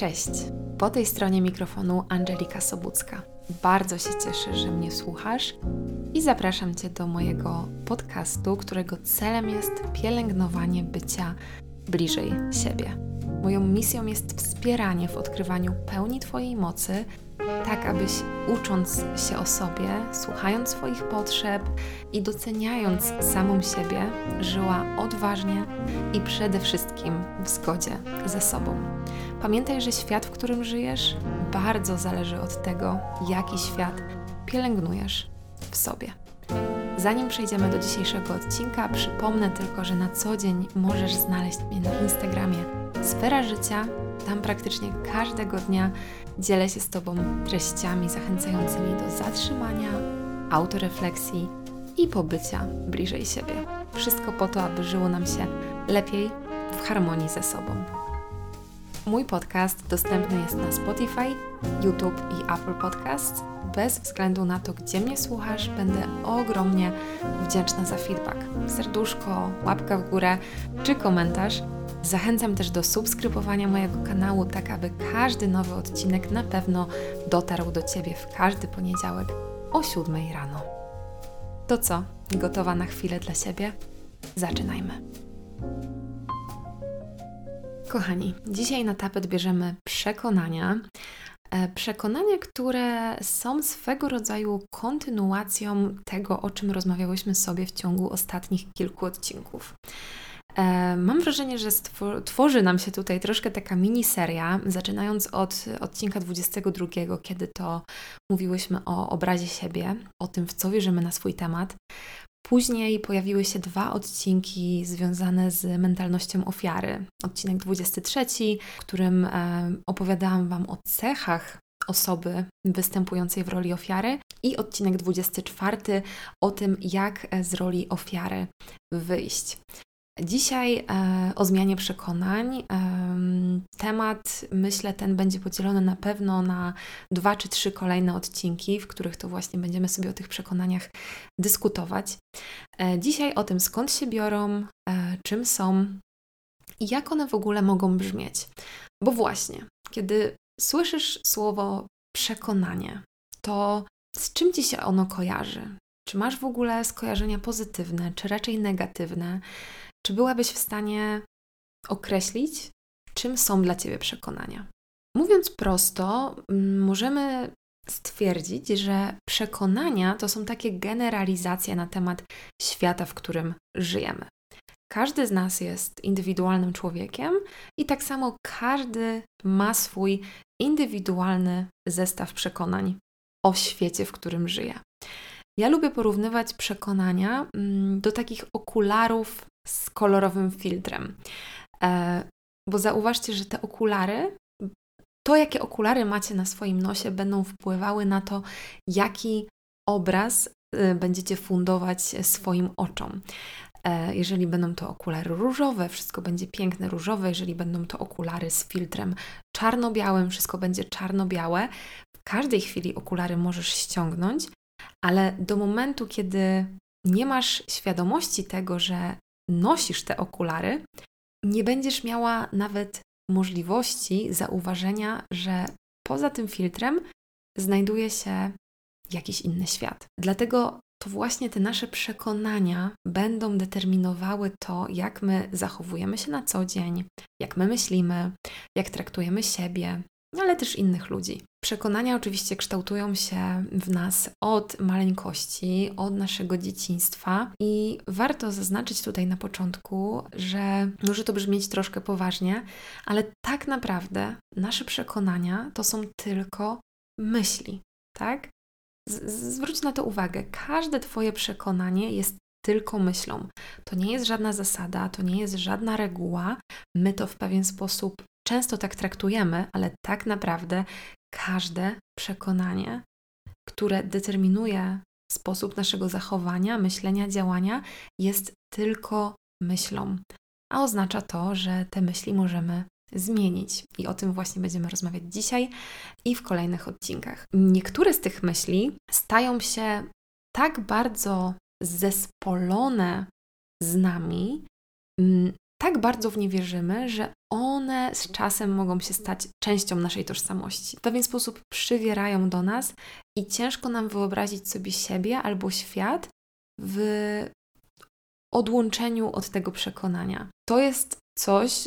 Cześć, po tej stronie mikrofonu Angelika Sobucka. Bardzo się cieszę, że mnie słuchasz i zapraszam Cię do mojego podcastu, którego celem jest pielęgnowanie bycia bliżej siebie. Moją misją jest wspieranie w odkrywaniu pełni Twojej mocy, tak abyś ucząc się o sobie, słuchając swoich potrzeb i doceniając samą siebie, żyła odważnie i przede wszystkim w zgodzie ze sobą. Pamiętaj, że świat, w którym żyjesz, bardzo zależy od tego, jaki świat pielęgnujesz w sobie. Zanim przejdziemy do dzisiejszego odcinka, przypomnę tylko, że na co dzień możesz znaleźć mnie na Instagramie Sfera Życia. Tam praktycznie każdego dnia dzielę się z Tobą treściami zachęcającymi do zatrzymania, autorefleksji i pobycia bliżej siebie. Wszystko po to, aby żyło nam się lepiej w harmonii ze sobą. Mój podcast dostępny jest na Spotify, YouTube i Apple Podcasts. Bez względu na to, gdzie mnie słuchasz, będę ogromnie wdzięczna za feedback. Serduszko, łapka w górę czy komentarz. Zachęcam też do subskrybowania mojego kanału, tak aby każdy nowy odcinek na pewno dotarł do Ciebie w każdy poniedziałek o 7 rano. To co? Gotowa na chwilę dla siebie? Zaczynajmy! Kochani, dzisiaj na tapet bierzemy przekonania. Przekonania, które są swego rodzaju kontynuacją tego, o czym rozmawiałyśmy sobie w ciągu ostatnich kilku odcinków. Mam wrażenie, że tworzy nam się tutaj troszkę taka miniseria, zaczynając od odcinka 22, kiedy to mówiłyśmy o obrazie siebie, o tym, w co wierzymy na swój temat. Później pojawiły się 2 odcinki związane z mentalnością ofiary. Odcinek 23, w którym opowiadałam Wam o cechach osoby występującej w roli ofiary, i odcinek 24 o tym, jak z roli ofiary wyjść. Dzisiaj o zmianie przekonań. Temat, myślę, ten będzie podzielony na pewno na 2 czy 3 kolejne odcinki, w których to właśnie będziemy sobie o tych przekonaniach dyskutować. Dzisiaj o tym, skąd się biorą, czym są i jak one w ogóle mogą brzmieć. Bo właśnie, kiedy słyszysz słowo przekonanie, to z czym Ci się ono kojarzy? Czy masz w ogóle skojarzenia pozytywne, czy raczej negatywne? Czy byłabyś w stanie określić, czym są dla Ciebie przekonania? Mówiąc prosto, możemy stwierdzić, że przekonania to są takie generalizacje na temat świata, w którym żyjemy. Każdy z nas jest indywidualnym człowiekiem i tak samo każdy ma swój indywidualny zestaw przekonań o świecie, w którym żyje. Ja lubię porównywać przekonania do takich okularów z kolorowym filtrem. Bo zauważcie, że te okulary, to jakie okulary macie na swoim nosie, będą wpływały na to, jaki obraz będziecie fundować swoim oczom. Jeżeli będą to okulary różowe, wszystko będzie piękne różowe. Jeżeli będą to okulary z filtrem czarno-białym, wszystko będzie czarno-białe. W każdej chwili okulary możesz ściągnąć, ale do momentu, kiedy nie masz świadomości tego, że nosisz te okulary, nie będziesz miała nawet możliwości zauważenia, że poza tym filtrem znajduje się jakiś inny świat. Dlatego to właśnie te nasze przekonania będą determinowały to, jak my zachowujemy się na co dzień, jak my myślimy, jak traktujemy siebie, ale też innych ludzi. Przekonania oczywiście kształtują się w nas od maleńkości, od naszego dzieciństwa i warto zaznaczyć tutaj na początku, że może to brzmieć troszkę poważnie, ale tak naprawdę nasze przekonania to są tylko myśli, tak? Zwróć na to uwagę. Każde Twoje przekonanie jest tylko myślą. To nie jest żadna zasada, to nie jest żadna reguła. My to w pewien sposób często tak traktujemy, ale tak naprawdę każde przekonanie, które determinuje sposób naszego zachowania, myślenia, działania, jest tylko myślą. A oznacza to, że te myśli możemy zmienić. I o tym właśnie będziemy rozmawiać dzisiaj i w kolejnych odcinkach. Niektóre z tych myśli stają się tak bardzo zespolone z nami, tak bardzo w nie wierzymy, że one z czasem mogą się stać częścią naszej tożsamości. W pewien sposób przywierają do nas i ciężko nam wyobrazić sobie siebie albo świat w odłączeniu od tego przekonania. To jest coś,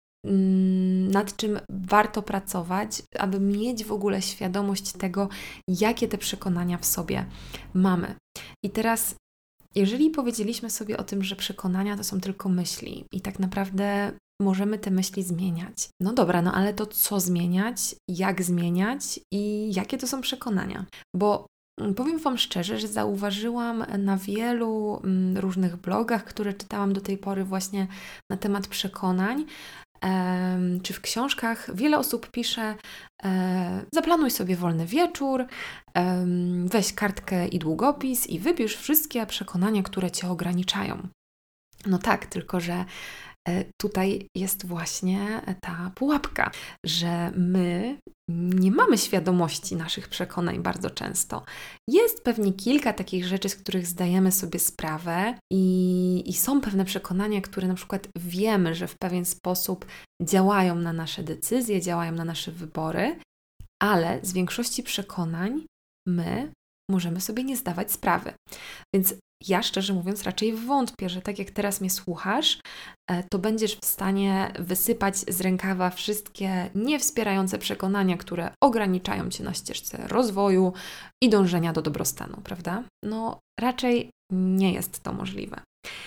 nad czym warto pracować, aby mieć w ogóle świadomość tego, jakie te przekonania w sobie mamy. I teraz, jeżeli powiedzieliśmy sobie o tym, że przekonania to są tylko myśli i tak naprawdę możemy te myśli zmieniać. No dobra, no ale to co zmieniać, jak zmieniać i jakie to są przekonania? Bo powiem Wam szczerze, że zauważyłam na wielu różnych blogach, które czytałam do tej pory właśnie na temat przekonań, czy w książkach wiele osób pisze: zaplanuj sobie wolny wieczór, weź kartkę i długopis i wypisz wszystkie przekonania, które Cię ograniczają. No tak, tylko że tutaj jest właśnie ta pułapka, że my nie mamy świadomości naszych przekonań bardzo często. Jest pewnie kilka takich rzeczy, z których zdajemy sobie sprawę i są pewne przekonania, które na przykład wiemy, że w pewien sposób działają na nasze decyzje, działają na nasze wybory, ale z większości przekonań my możemy sobie nie zdawać sprawy. Więc ja szczerze mówiąc raczej wątpię, że tak jak teraz mnie słuchasz, to będziesz w stanie wysypać z rękawa wszystkie niewspierające przekonania, które ograniczają Cię na ścieżce rozwoju i dążenia do dobrostanu, prawda? No raczej nie jest to możliwe.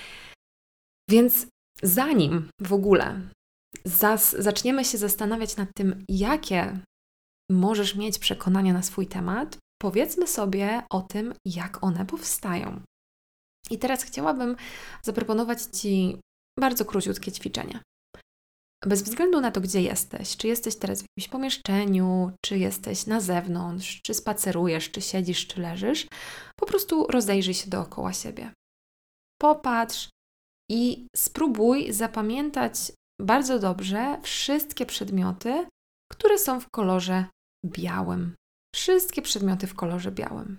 Więc zanim w ogóle zaczniemy się zastanawiać nad tym, jakie możesz mieć przekonania na swój temat, powiedzmy sobie o tym, jak one powstają. I teraz chciałabym zaproponować Ci bardzo króciutkie ćwiczenie. Bez względu na to, gdzie jesteś, czy jesteś teraz w jakimś pomieszczeniu, czy jesteś na zewnątrz, czy spacerujesz, czy siedzisz, czy leżysz, po prostu rozejrzyj się dookoła siebie. Popatrz i spróbuj zapamiętać bardzo dobrze wszystkie przedmioty, które są w kolorze białym. Wszystkie przedmioty w kolorze białym.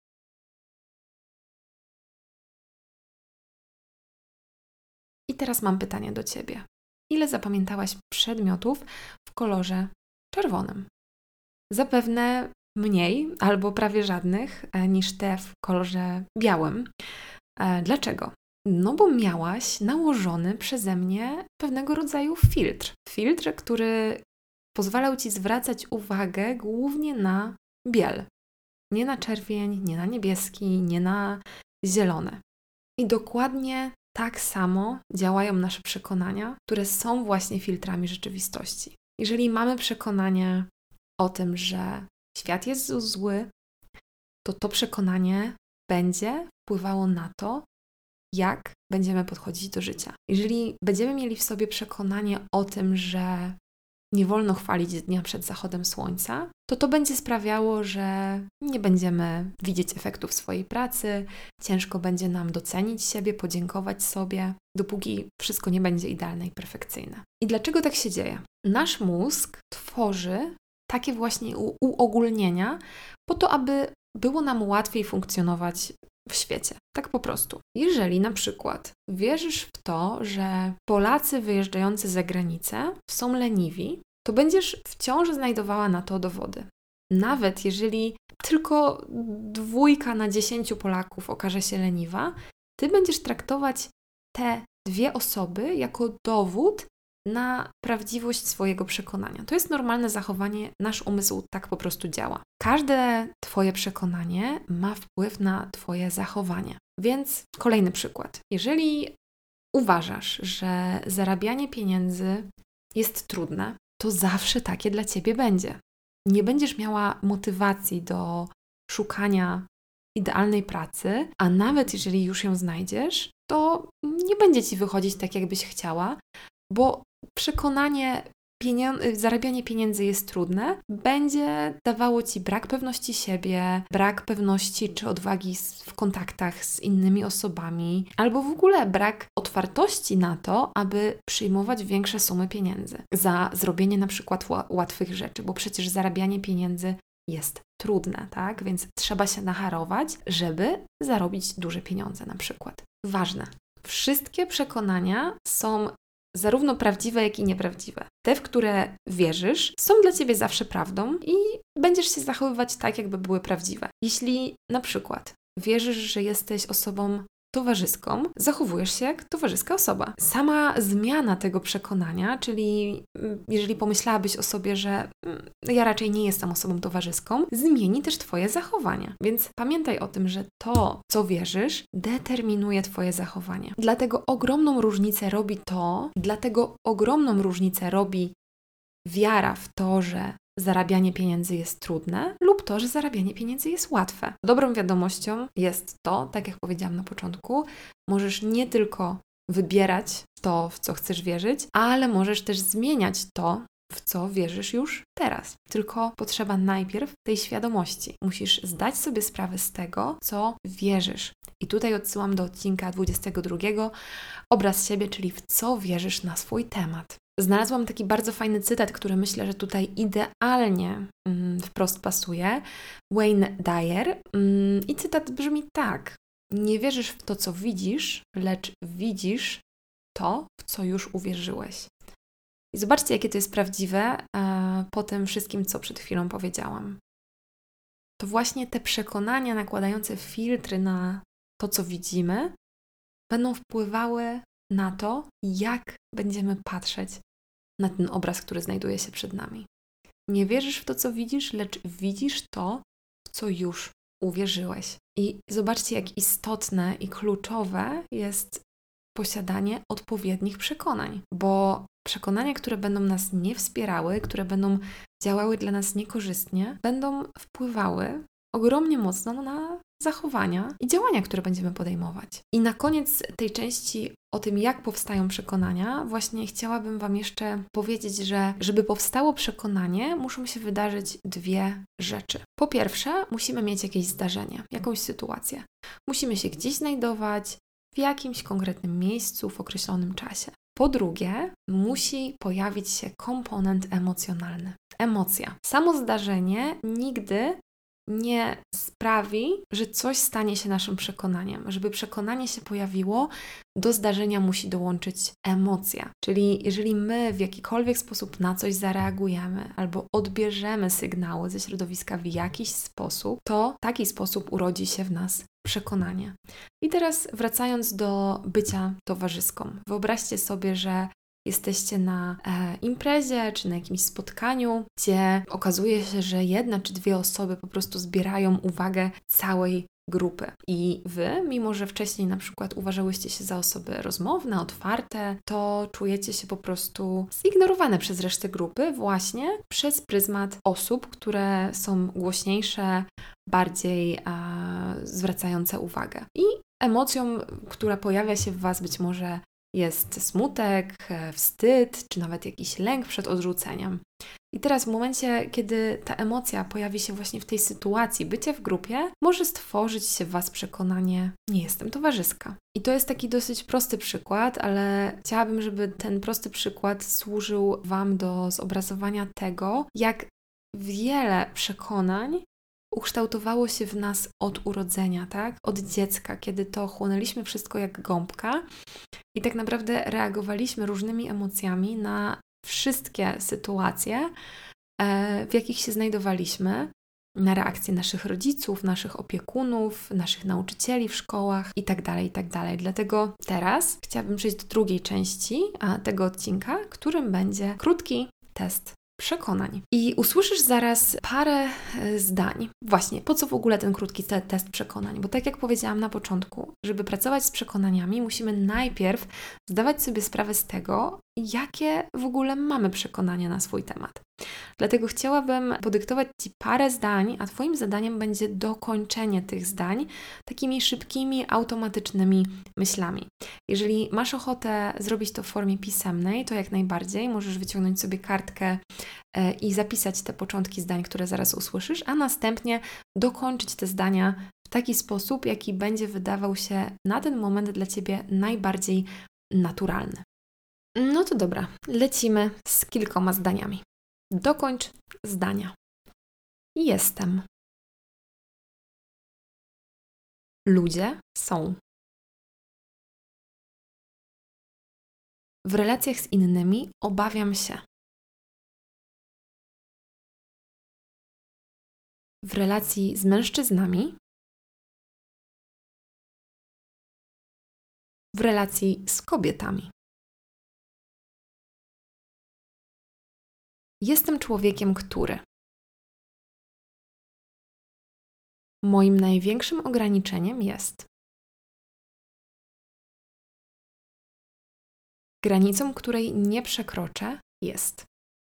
I teraz mam pytanie do Ciebie. Ile zapamiętałaś przedmiotów w kolorze czerwonym? Zapewne mniej albo prawie żadnych niż te w kolorze białym. Dlaczego? No bo miałaś nałożony przeze mnie pewnego rodzaju filtr. Filtr, który pozwalał Ci zwracać uwagę głównie na biel. Nie na czerwień, nie na niebieski, nie na zielony. I dokładnie tak samo działają nasze przekonania, które są właśnie filtrami rzeczywistości. Jeżeli mamy przekonanie o tym, że świat jest zły, to to przekonanie będzie wpływało na to, jak będziemy podchodzić do życia. Jeżeli będziemy mieli w sobie przekonanie o tym, że nie wolno chwalić dnia przed zachodem słońca, to będzie sprawiało, że nie będziemy widzieć efektów swojej pracy, ciężko będzie nam docenić siebie, podziękować sobie, dopóki wszystko nie będzie idealne i perfekcyjne. I dlaczego tak się dzieje? Nasz mózg tworzy takie właśnie uogólnienia po to, aby było nam łatwiej funkcjonować w świecie. Tak po prostu. Jeżeli na przykład wierzysz w to, że Polacy wyjeżdżający za granicę są leniwi, to będziesz wciąż znajdowała na to dowody. Nawet jeżeli tylko 2 na 10 Polaków okaże się leniwa, Ty będziesz traktować te 2 osoby jako dowód na prawdziwość swojego przekonania. To jest normalne zachowanie, nasz umysł tak po prostu działa. Każde Twoje przekonanie ma wpływ na Twoje zachowanie. Więc kolejny przykład. Jeżeli uważasz, że zarabianie pieniędzy jest trudne, to zawsze takie dla Ciebie będzie. Nie będziesz miała motywacji do szukania idealnej pracy, a nawet jeżeli już ją znajdziesz, to nie będzie Ci wychodzić tak, jakbyś chciała, bo przekonanie, zarabianie pieniędzy jest trudne, będzie dawało Ci brak pewności siebie, brak pewności czy odwagi w kontaktach z innymi osobami, albo w ogóle brak otwartości na to, aby przyjmować większe sumy pieniędzy za zrobienie na przykład łatwych rzeczy, bo przecież zarabianie pieniędzy jest trudne, tak? Więc trzeba się nacharować, żeby zarobić duże pieniądze na przykład. Ważne. Wszystkie przekonania są zarówno prawdziwe, jak i nieprawdziwe. Te, w które wierzysz, są dla Ciebie zawsze prawdą i będziesz się zachowywać tak, jakby były prawdziwe. Jeśli na przykład wierzysz, że jesteś osobą towarzyską, zachowujesz się jak towarzyska osoba. Sama zmiana tego przekonania, czyli jeżeli pomyślałabyś o sobie, że ja raczej nie jestem osobą towarzyską, zmieni też Twoje zachowania. Więc pamiętaj o tym, że to, co wierzysz, determinuje Twoje zachowanie. Dlatego ogromną różnicę robi wiara w to, że zarabianie pieniędzy jest trudne lub to, że zarabianie pieniędzy jest łatwe. Dobrą wiadomością jest to, tak jak powiedziałam na początku, możesz nie tylko wybierać to, w co chcesz wierzyć, ale możesz też zmieniać to, w co wierzysz już teraz. Tylko potrzeba najpierw tej świadomości. Musisz zdać sobie sprawę z tego, co wierzysz. I tutaj odsyłam do odcinka 22, obraz siebie, czyli w co wierzysz na swój temat. Znalazłam taki bardzo fajny cytat, który myślę, że tutaj idealnie wprost pasuje. Wayne Dyer. I cytat brzmi tak. Nie wierzysz w to, co widzisz, lecz widzisz to, w co już uwierzyłeś. I zobaczcie, jakie to jest prawdziwe po tym wszystkim, co przed chwilą powiedziałam. To właśnie te przekonania nakładające filtry na to, co widzimy, będą wpływały na to, jak będziemy patrzeć na ten obraz, który znajduje się przed nami. Nie wierzysz w to, co widzisz, lecz widzisz to, w co już uwierzyłeś. I zobaczcie, jak istotne i kluczowe jest posiadanie odpowiednich przekonań, bo przekonania, które będą nas nie wspierały, które będą działały dla nas niekorzystnie, będą wpływały ogromnie mocno na zachowania i działania, które będziemy podejmować. I na koniec tej części o tym, jak powstają przekonania, właśnie chciałabym Wam jeszcze powiedzieć, że żeby powstało przekonanie, muszą się wydarzyć dwie rzeczy. Po pierwsze, musimy mieć jakieś zdarzenie, jakąś sytuację. Musimy się gdzieś znajdować, w jakimś konkretnym miejscu, w określonym czasie. Po drugie, musi pojawić się komponent emocjonalny. Emocja. Samo zdarzenie nigdy nie sprawi, że coś stanie się naszym przekonaniem. Żeby przekonanie się pojawiło, do zdarzenia musi dołączyć emocja. Czyli jeżeli my w jakikolwiek sposób na coś zareagujemy albo odbierzemy sygnały ze środowiska w jakiś sposób, to taki sposób urodzi się w nas przekonanie. I teraz wracając do bycia towarzyską. Wyobraźcie sobie, że jesteście na imprezie czy na jakimś spotkaniu, gdzie okazuje się, że jedna czy dwie osoby po prostu zbierają uwagę całej grupy. I Wy, mimo że wcześniej na przykład uważałyście się za osoby rozmowne, otwarte, to czujecie się po prostu zignorowane przez resztę grupy właśnie przez pryzmat osób, które są głośniejsze, bardziej zwracające uwagę. I emocją, która pojawia się w Was, być może jest smutek, wstyd, czy nawet jakiś lęk przed odrzuceniem. I teraz w momencie, kiedy ta emocja pojawi się właśnie w tej sytuacji bycia w grupie, może stworzyć się w Was przekonanie, nie jestem towarzyska. I to jest taki dosyć prosty przykład, ale chciałabym, żeby ten prosty przykład służył Wam do zobrazowania tego, jak wiele przekonań ukształtowało się w nas od urodzenia, tak? Od dziecka, kiedy to chłonęliśmy wszystko jak gąbka i tak naprawdę reagowaliśmy różnymi emocjami na wszystkie sytuacje, w jakich się znajdowaliśmy, na reakcje naszych rodziców, naszych opiekunów, naszych nauczycieli w szkołach itd., itd. Dlatego teraz chciałabym przejść do drugiej części tego odcinka, którym będzie krótki test przekonań. I usłyszysz zaraz parę zdań. Właśnie, po co w ogóle ten krótki test przekonań? Bo tak jak powiedziałam na początku, żeby pracować z przekonaniami, musimy najpierw zdawać sobie sprawę z tego, jakie w ogóle mamy przekonania na swój temat. Dlatego chciałabym podyktować Ci parę zdań, a Twoim zadaniem będzie dokończenie tych zdań takimi szybkimi, automatycznymi myślami. Jeżeli masz ochotę zrobić to w formie pisemnej, to jak najbardziej możesz wyciągnąć sobie kartkę i zapisać te początki zdań, które zaraz usłyszysz, a następnie dokończyć te zdania w taki sposób, jaki będzie wydawał się na ten moment dla Ciebie najbardziej naturalny. No to dobra, lecimy z kilkoma zdaniami. Dokończ zdania. Jestem. Ludzie są. W relacjach z innymi obawiam się. W relacji z mężczyznami, w relacji z kobietami. Jestem człowiekiem, który moim największym ograniczeniem jest granicą, której nie przekroczę, jest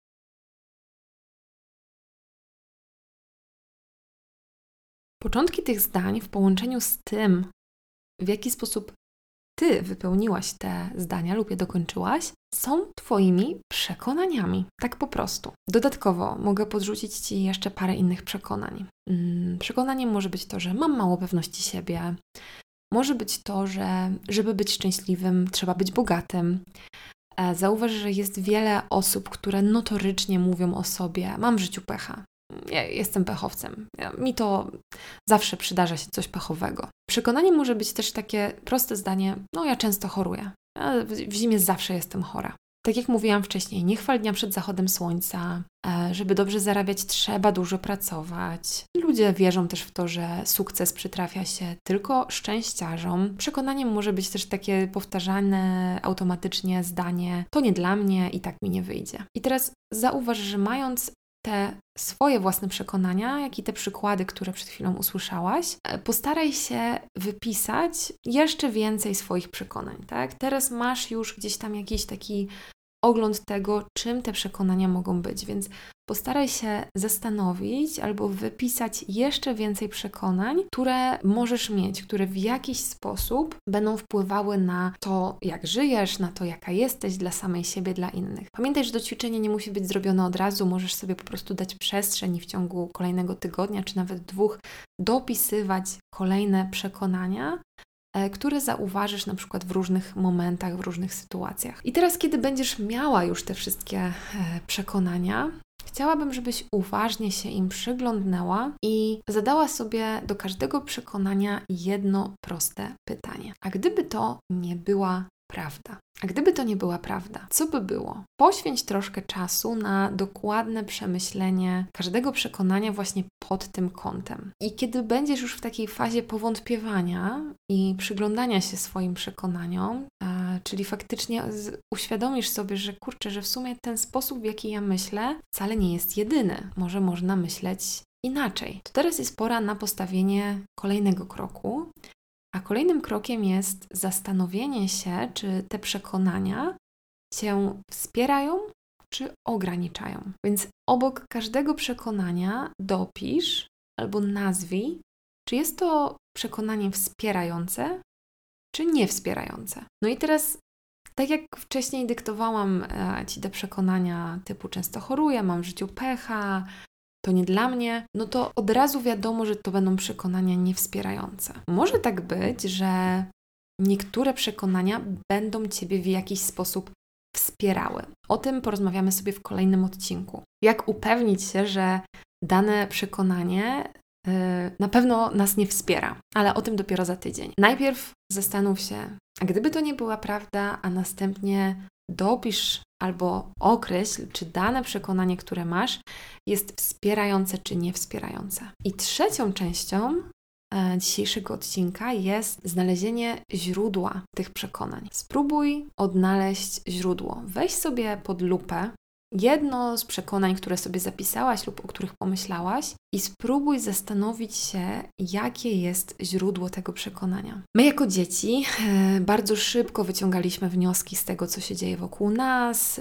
początki tych zdań w połączeniu z tym, w jaki sposób Ty wypełniłaś te zdania lub je dokończyłaś, są Twoimi przekonaniami. Tak po prostu. Dodatkowo mogę podrzucić Ci jeszcze parę innych przekonań. Przekonaniem może być to, że mam mało pewności siebie. Może być to, że żeby być szczęśliwym, trzeba być bogatym. Zauważ, że jest wiele osób, które notorycznie mówią o sobie: mam w życiu pecha. Ja jestem pechowcem. Mi to zawsze przydarza się coś pechowego. Przekonaniem może być też takie proste zdanie: no ja często choruję. Ja w zimie zawsze jestem chora. Tak jak mówiłam wcześniej, nie chwal dnia przed zachodem słońca. Żeby dobrze zarabiać, trzeba dużo pracować. Ludzie wierzą też w to, że sukces przytrafia się tylko szczęściarzom. Przekonaniem może być też takie powtarzane automatycznie zdanie: to nie dla mnie i tak mi nie wyjdzie. I teraz zauważ, że mając te swoje własne przekonania, jak i te przykłady, które przed chwilą usłyszałaś, postaraj się wypisać jeszcze więcej swoich przekonań, tak? Teraz masz już gdzieś tam jakiś taki ogląd tego, czym te przekonania mogą być, więc postaraj się zastanowić albo wypisać jeszcze więcej przekonań, które możesz mieć, które w jakiś sposób będą wpływały na to, jak żyjesz, na to, jaka jesteś dla samej siebie, dla innych. Pamiętaj, że to ćwiczenie nie musi być zrobione od razu, możesz sobie po prostu dać przestrzeń i w ciągu kolejnego tygodnia, czy nawet 2, dopisywać kolejne przekonania, które zauważysz na przykład w różnych momentach, w różnych sytuacjach. I teraz, kiedy będziesz miała już te wszystkie przekonania, chciałabym, żebyś uważnie się im przyglądnęła i zadała sobie do każdego przekonania jedno proste pytanie. A gdyby to nie była prawda? A gdyby to nie była prawda, co by było? Poświęć troszkę czasu na dokładne przemyślenie każdego przekonania właśnie pod tym kątem. I kiedy będziesz już w takiej fazie powątpiewania i przyglądania się swoim przekonaniom, czyli faktycznie uświadomisz sobie, że kurczę, że w sumie ten sposób, w jaki ja myślę, wcale nie jest jedyny. Może można myśleć inaczej. To teraz jest pora na postawienie kolejnego kroku. A kolejnym krokiem jest zastanowienie się, czy te przekonania Cię wspierają, czy ograniczają. Więc obok każdego przekonania dopisz albo nazwij, czy jest to przekonanie wspierające, czy niewspierające. No i teraz, tak jak wcześniej dyktowałam Ci te przekonania typu często choruję, mam w życiu pecha, to nie dla mnie, no to od razu wiadomo, że to będą przekonania niewspierające. Może tak być, że niektóre przekonania będą Ciebie w jakiś sposób wspierały. O tym porozmawiamy sobie w kolejnym odcinku. Jak upewnić się, że dane przekonanie na pewno nas nie wspiera, ale o tym dopiero za tydzień. Najpierw zastanów się, a gdyby to nie była prawda, a następnie dopisz albo określ, czy dane przekonanie, które masz, jest wspierające czy niewspierające. I trzecią częścią dzisiejszego odcinka jest znalezienie źródła tych przekonań. Spróbuj odnaleźć źródło. Weź sobie pod lupę jedno z przekonań, które sobie zapisałaś lub o których pomyślałaś i spróbuj zastanowić się, jakie jest źródło tego przekonania. My jako dzieci bardzo szybko wyciągaliśmy wnioski z tego, co się dzieje wokół nas,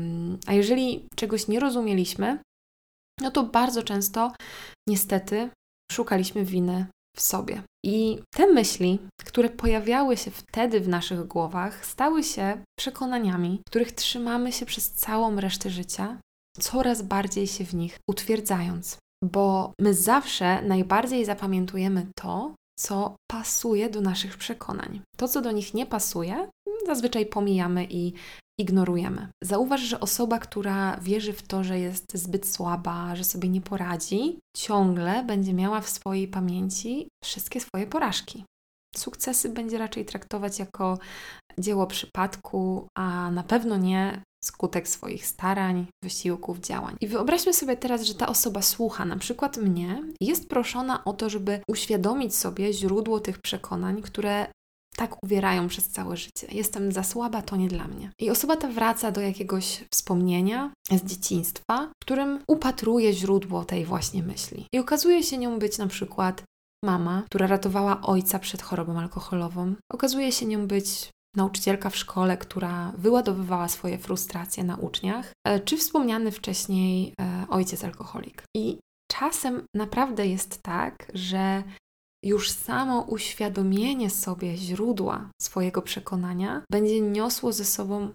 a jeżeli czegoś nie rozumieliśmy, no to bardzo często niestety szukaliśmy winy w sobie. I te myśli, które pojawiały się wtedy w naszych głowach, stały się przekonaniami, których trzymamy się przez całą resztę życia, coraz bardziej się w nich utwierdzając. Bo my zawsze najbardziej zapamiętujemy to, co pasuje do naszych przekonań. To, co do nich nie pasuje, zazwyczaj pomijamy i ignorujemy. Zauważ, że osoba, która wierzy w to, że jest zbyt słaba, że sobie nie poradzi, ciągle będzie miała w swojej pamięci wszystkie swoje porażki. Sukcesy będzie raczej traktować jako dzieło przypadku, a na pewno nie skutek swoich starań, wysiłków, działań. I wyobraźmy sobie teraz, że ta osoba słucha, na przykład mnie, i jest proszona o to, żeby uświadomić sobie źródło tych przekonań, które tak uwierają przez całe życie. Jestem za słaba, to nie dla mnie. I osoba ta wraca do jakiegoś wspomnienia z dzieciństwa, w którym upatruje źródło tej właśnie myśli. I okazuje się nią być na przykład mama, która ratowała ojca przed chorobą alkoholową. Okazuje się nią być nauczycielka w szkole, która wyładowywała swoje frustracje na uczniach, czy wspomniany wcześniej ojciec alkoholik. I czasem naprawdę jest tak, że już samo uświadomienie sobie źródła swojego przekonania będzie niosło ze sobą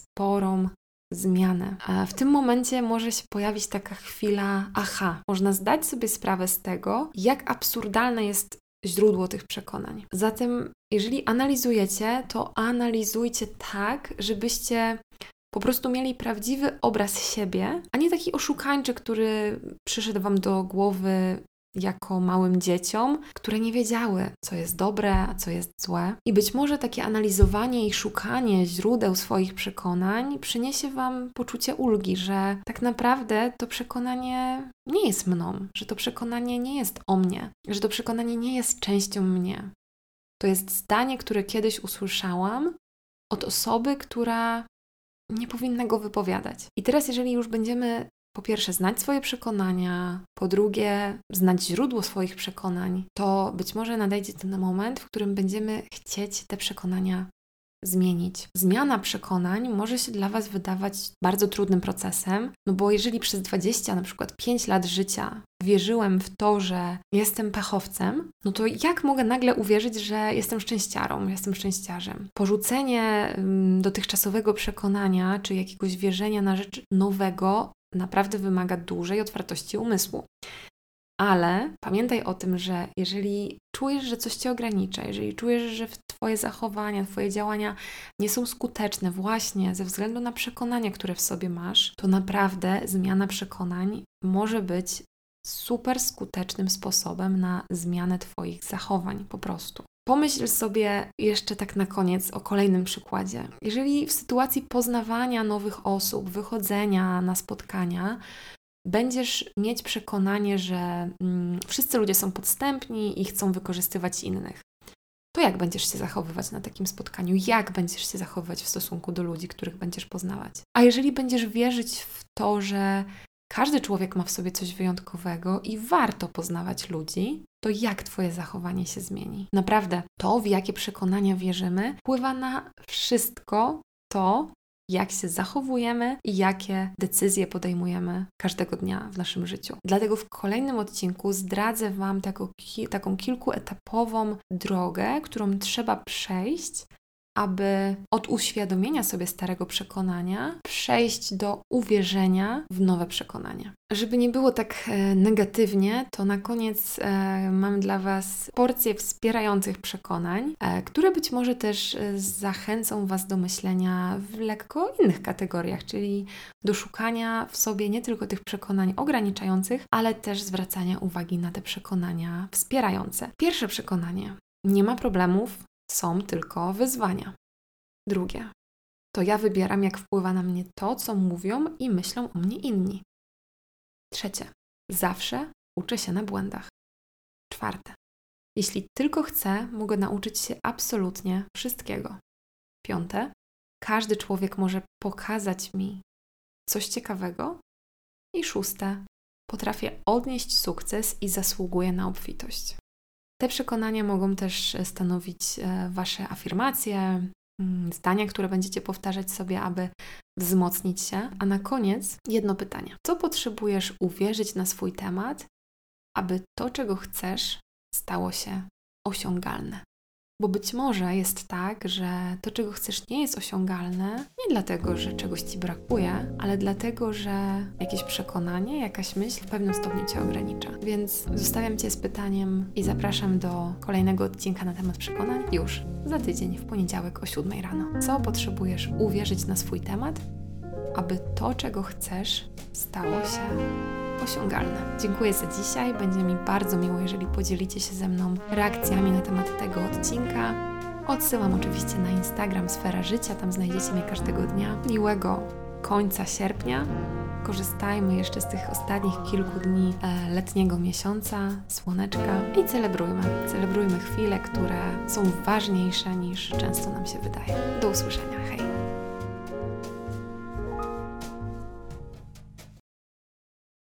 sporą zmianę. A w tym momencie może się pojawić taka chwila aha. Można zdać sobie sprawę z tego, jak absurdalne jest źródło tych przekonań. Zatem, jeżeli analizujecie, to analizujcie tak, żebyście po prostu mieli prawdziwy obraz siebie, a nie taki oszukańczy, który przyszedł Wam do głowy jako małym dzieciom, które nie wiedziały, co jest dobre, a co jest złe. I być może takie analizowanie i szukanie źródeł swoich przekonań przyniesie Wam poczucie ulgi, że tak naprawdę to przekonanie nie jest mną, że to przekonanie nie jest o mnie, że to przekonanie nie jest częścią mnie. To jest zdanie, które kiedyś usłyszałam od osoby, która nie powinna go wypowiadać. I teraz, jeżeli już będziemy po pierwsze znać swoje przekonania, po drugie znać źródło swoich przekonań, to być może nadejdzie ten moment, w którym będziemy chcieć te przekonania zmienić. Zmiana przekonań może się dla Was wydawać bardzo trudnym procesem, no bo jeżeli przez 20, na przykład 5 lat życia wierzyłem w to, że jestem pechowcem, no to jak mogę nagle uwierzyć, że jestem szczęściarą, jestem szczęściarzem? Porzucenie dotychczasowego przekonania, czy jakiegoś wierzenia na rzecz nowego naprawdę wymaga dużej otwartości umysłu. Ale pamiętaj o tym, że jeżeli czujesz, że coś Cię ogranicza, jeżeli czujesz, że Twoje zachowania, Twoje działania nie są skuteczne właśnie ze względu na przekonania, które w sobie masz, to naprawdę zmiana przekonań może być super skutecznym sposobem na zmianę Twoich zachowań po prostu. Pomyśl sobie jeszcze tak na koniec o kolejnym przykładzie. Jeżeli w sytuacji poznawania nowych osób, wychodzenia na spotkania, będziesz mieć przekonanie, że wszyscy ludzie są podstępni i chcą wykorzystywać innych, to jak będziesz się zachowywać na takim spotkaniu? Jak będziesz się zachowywać w stosunku do ludzi, których będziesz poznawać? A jeżeli będziesz wierzyć w to, że każdy człowiek ma w sobie coś wyjątkowego i warto poznawać ludzi, to jak Twoje zachowanie się zmieni? Naprawdę, to, w jakie przekonania wierzymy, wpływa na wszystko to, jak się zachowujemy i jakie decyzje podejmujemy każdego dnia w naszym życiu. Dlatego w kolejnym odcinku zdradzę Wam taką kilkuetapową drogę, którą trzeba przejść, aby od uświadomienia sobie starego przekonania przejść do uwierzenia w nowe przekonanie. Żeby nie było tak negatywnie, to na koniec mam dla Was porcję wspierających przekonań, które być może też zachęcą Was do myślenia w lekko innych kategoriach, czyli do szukania w sobie nie tylko tych przekonań ograniczających, ale też zwracania uwagi na te przekonania wspierające. Pierwsze przekonanie: nie ma problemów, są tylko wyzwania. Drugie: to ja wybieram, jak wpływa na mnie to, co mówią i myślą o mnie inni. Trzecie: zawsze uczę się na błędach. Czwarte: jeśli tylko chcę, mogę nauczyć się absolutnie wszystkiego. Piąte: każdy człowiek może pokazać mi coś ciekawego. I szóste: potrafię odnieść sukces i zasługuję na obfitość. Te przekonania mogą też stanowić Wasze afirmacje, zdania, które będziecie powtarzać sobie, aby wzmocnić się. A na koniec jedno pytanie. Co potrzebujesz uwierzyć na swój temat, aby to, czego chcesz, stało się osiągalne? Bo być może jest tak, że to, czego chcesz, nie jest osiągalne nie dlatego, że czegoś Ci brakuje, ale dlatego, że jakieś przekonanie, jakaś myśl w pewnym stopniu Cię ogranicza. Więc zostawiam Cię z pytaniem i zapraszam do kolejnego odcinka na temat przekonań już za tydzień, w poniedziałek o 7 rano. Co potrzebujesz uwierzyć na swój temat, aby to, czego chcesz, stało się osiągalne. Dziękuję za dzisiaj. Będzie mi bardzo miło, jeżeli podzielicie się ze mną reakcjami na temat tego odcinka. Odsyłam oczywiście na Instagram Sfera Życia, tam znajdziecie mnie każdego dnia. Miłego końca sierpnia. Korzystajmy jeszcze z tych ostatnich kilku dni letniego miesiąca, słoneczka i celebrujmy. Celebrujmy chwile, które są ważniejsze niż często nam się wydaje. Do usłyszenia. Hej!